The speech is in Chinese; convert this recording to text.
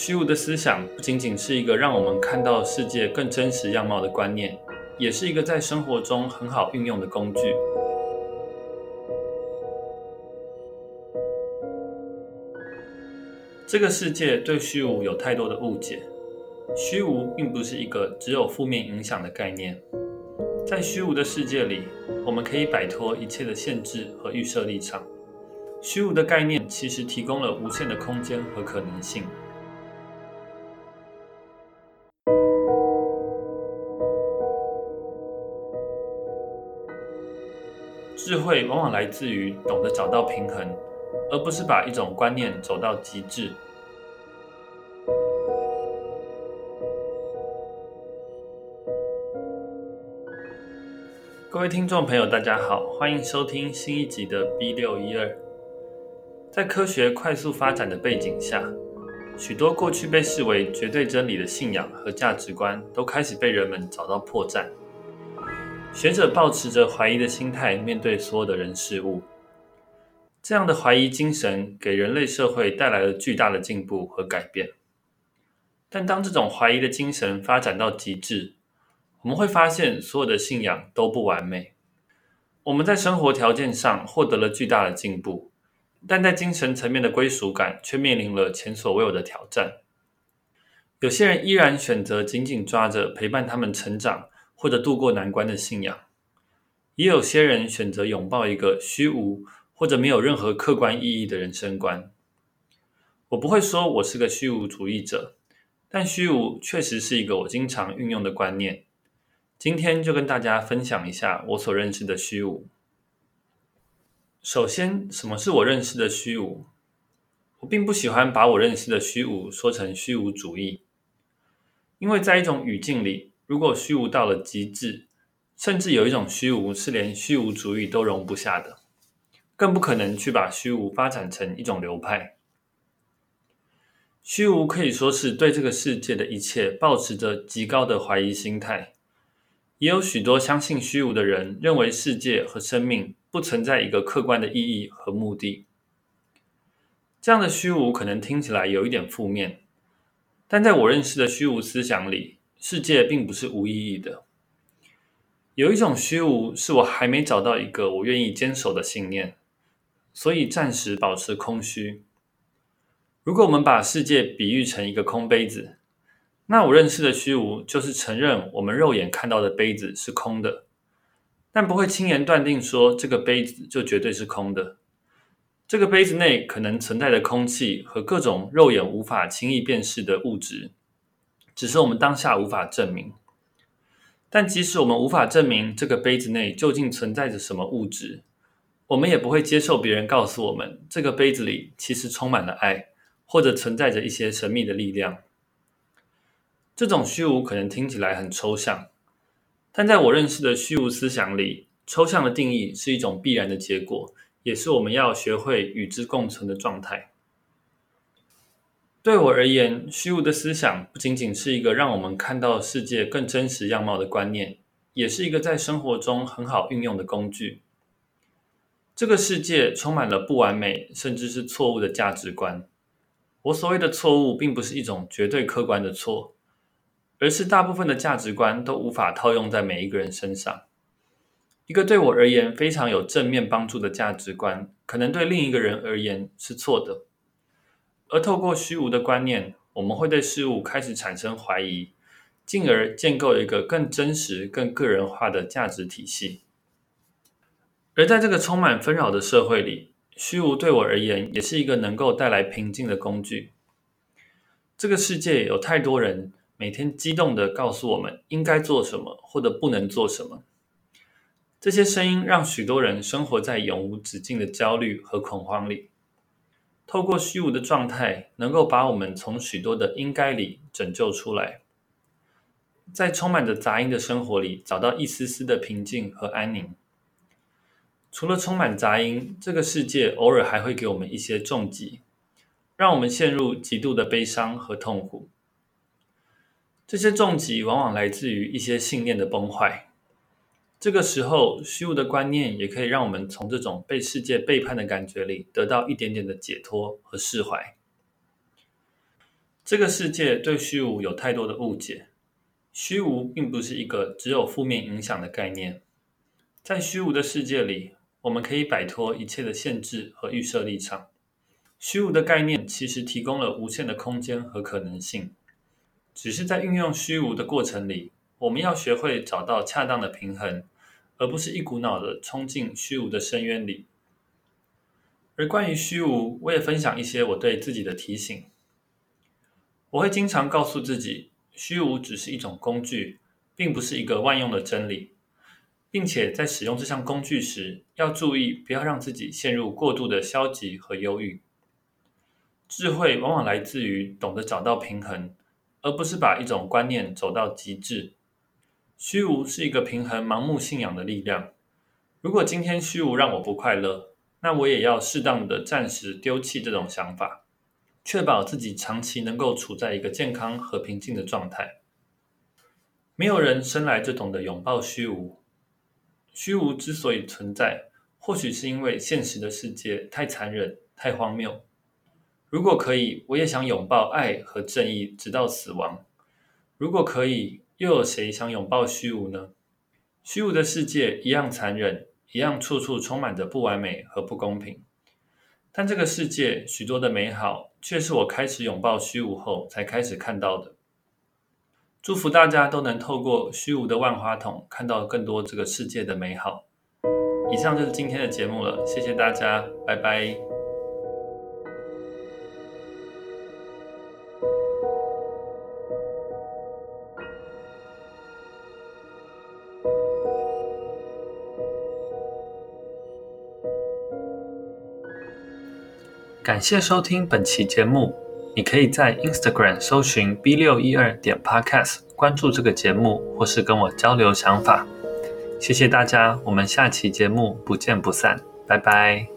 虚无的思想不仅仅是一个让我们看到世界更真实样貌的观念，也是一个在生活中很好运用的工具。这个世界对虚无有太多的误解，虚无并不是一个只有负面影响的概念。在虚无的世界里，我们可以摆脱一切的限制和预设立场。虚无的概念其实提供了无限的空间和可能性。智慧往往来自于懂得找到平衡，而不是把一种观念走到极致。各位听众朋友大家好，欢迎收听新一集的 B612。在科学快速发展的背景下，许多过去被视为绝对真理的信仰和价值观都开始被人们找到破绽。学者抱持着怀疑的心态面对所有的人事物，这样的怀疑精神给人类社会带来了巨大的进步和改变。但当这种怀疑的精神发展到极致，我们会发现所有的信仰都不完美。我们在生活条件上获得了巨大的进步，但在精神层面的归属感却面临了前所未有的挑战。有些人依然选择紧紧抓着陪伴他们成长或者度过难关的信仰，也有些人选择拥抱一个虚无或者没有任何客观意义的人生观。我不会说我是个虚无主义者，但虚无确实是一个我经常运用的观念。今天就跟大家分享一下我所认识的虚无。首先，什么是我认识的虚无？我并不喜欢把我认识的虚无说成虚无主义，因为在一种语境里，如果虚无到了极致，甚至有一种虚无是连虚无主义都容不下的，更不可能去把虚无发展成一种流派。虚无可以说是对这个世界的一切抱持着极高的怀疑心态，也有许多相信虚无的人认为世界和生命不存在一个客观的意义和目的。这样的虚无可能听起来有一点负面，但在我认识的虚无思想里，世界并不是无意义的。有一种虚无是我还没找到一个我愿意坚守的信念，所以暂时保持空虚。如果我们把世界比喻成一个空杯子，那我认识的虚无就是承认我们肉眼看到的杯子是空的，但不会轻言断定说这个杯子就绝对是空的。这个杯子内可能存在的空气和各种肉眼无法轻易辨识的物质，只是我们当下无法证明。但即使我们无法证明这个杯子内究竟存在着什么物质，我们也不会接受别人告诉我们这个杯子里其实充满了爱，或者存在着一些神秘的力量。这种虚无可能听起来很抽象，但在我认识的虚无思想里，抽象的定义是一种必然的结果，也是我们要学会与之共存的状态。对我而言，虚无的思想不仅仅是一个让我们看到世界更真实样貌的观念，也是一个在生活中很好运用的工具。这个世界充满了不完美，甚至是错误的价值观。我所谓的错误，并不是一种绝对客观的错，而是大部分的价值观都无法套用在每一个人身上。一个对我而言非常有正面帮助的价值观，可能对另一个人而言是错的。而透过虚无的观念，我们会对事物开始产生怀疑，进而建构一个更真实、更个人化的价值体系。而在这个充满纷扰的社会里，虚无对我而言也是一个能够带来平静的工具。这个世界有太多人每天激动地告诉我们应该做什么或者不能做什么，这些声音让许多人生活在永无止境的焦虑和恐慌里。透过虚无的状态，能够把我们从许多的应该里拯救出来，在充满着杂音的生活里找到一丝丝的平静和安宁。除了充满杂音，这个世界偶尔还会给我们一些重击，让我们陷入极度的悲伤和痛苦。这些重击往往来自于一些信念的崩坏。这个时候，虚无的观念也可以让我们从这种被世界背叛的感觉里得到一点点的解脱和释怀。 这个世界对虚无有太多的误解，虚无并不是一个只有负面影响的概念。在虚无的世界里，我们可以摆脱一切的限制和预设立场。虚无的概念其实提供了无限的空间和可能性，只是在运用虚无的过程里，我们要学会找到恰当的平衡，而不是一股脑的冲进虚无的深渊里。而关于虚无，我也分享一些我对自己的提醒。我会经常告诉自己，虚无只是一种工具，并不是一个万用的真理，并且在使用这项工具时，要注意不要让自己陷入过度的消极和忧郁。智慧往往来自于懂得找到平衡，而不是把一种观念走到极致。虚无是一个平衡盲目信仰的力量。如果今天虚无让我不快乐，那我也要适当的暂时丢弃这种想法，确保自己长期能够处在一个健康和平静的状态。没有人生来就懂得拥抱虚无。虚无之所以存在，或许是因为现实的世界太残忍、太荒谬。如果可以，我也想拥抱爱和正义直到死亡。如果可以，又有谁想拥抱虚无呢？虚无的世界一样残忍，一样处处充满着不完美和不公平。但这个世界许多的美好，却是我开始拥抱虚无后才开始看到的。祝福大家都能透过虚无的万花筒，看到更多这个世界的美好。以上就是今天的节目了，谢谢大家，拜拜。感谢收听本期节目，你可以在 Instagram 搜寻 B612.podcast 关注这个节目，或是跟我交流想法。谢谢大家，我们下期节目不见不散，拜拜。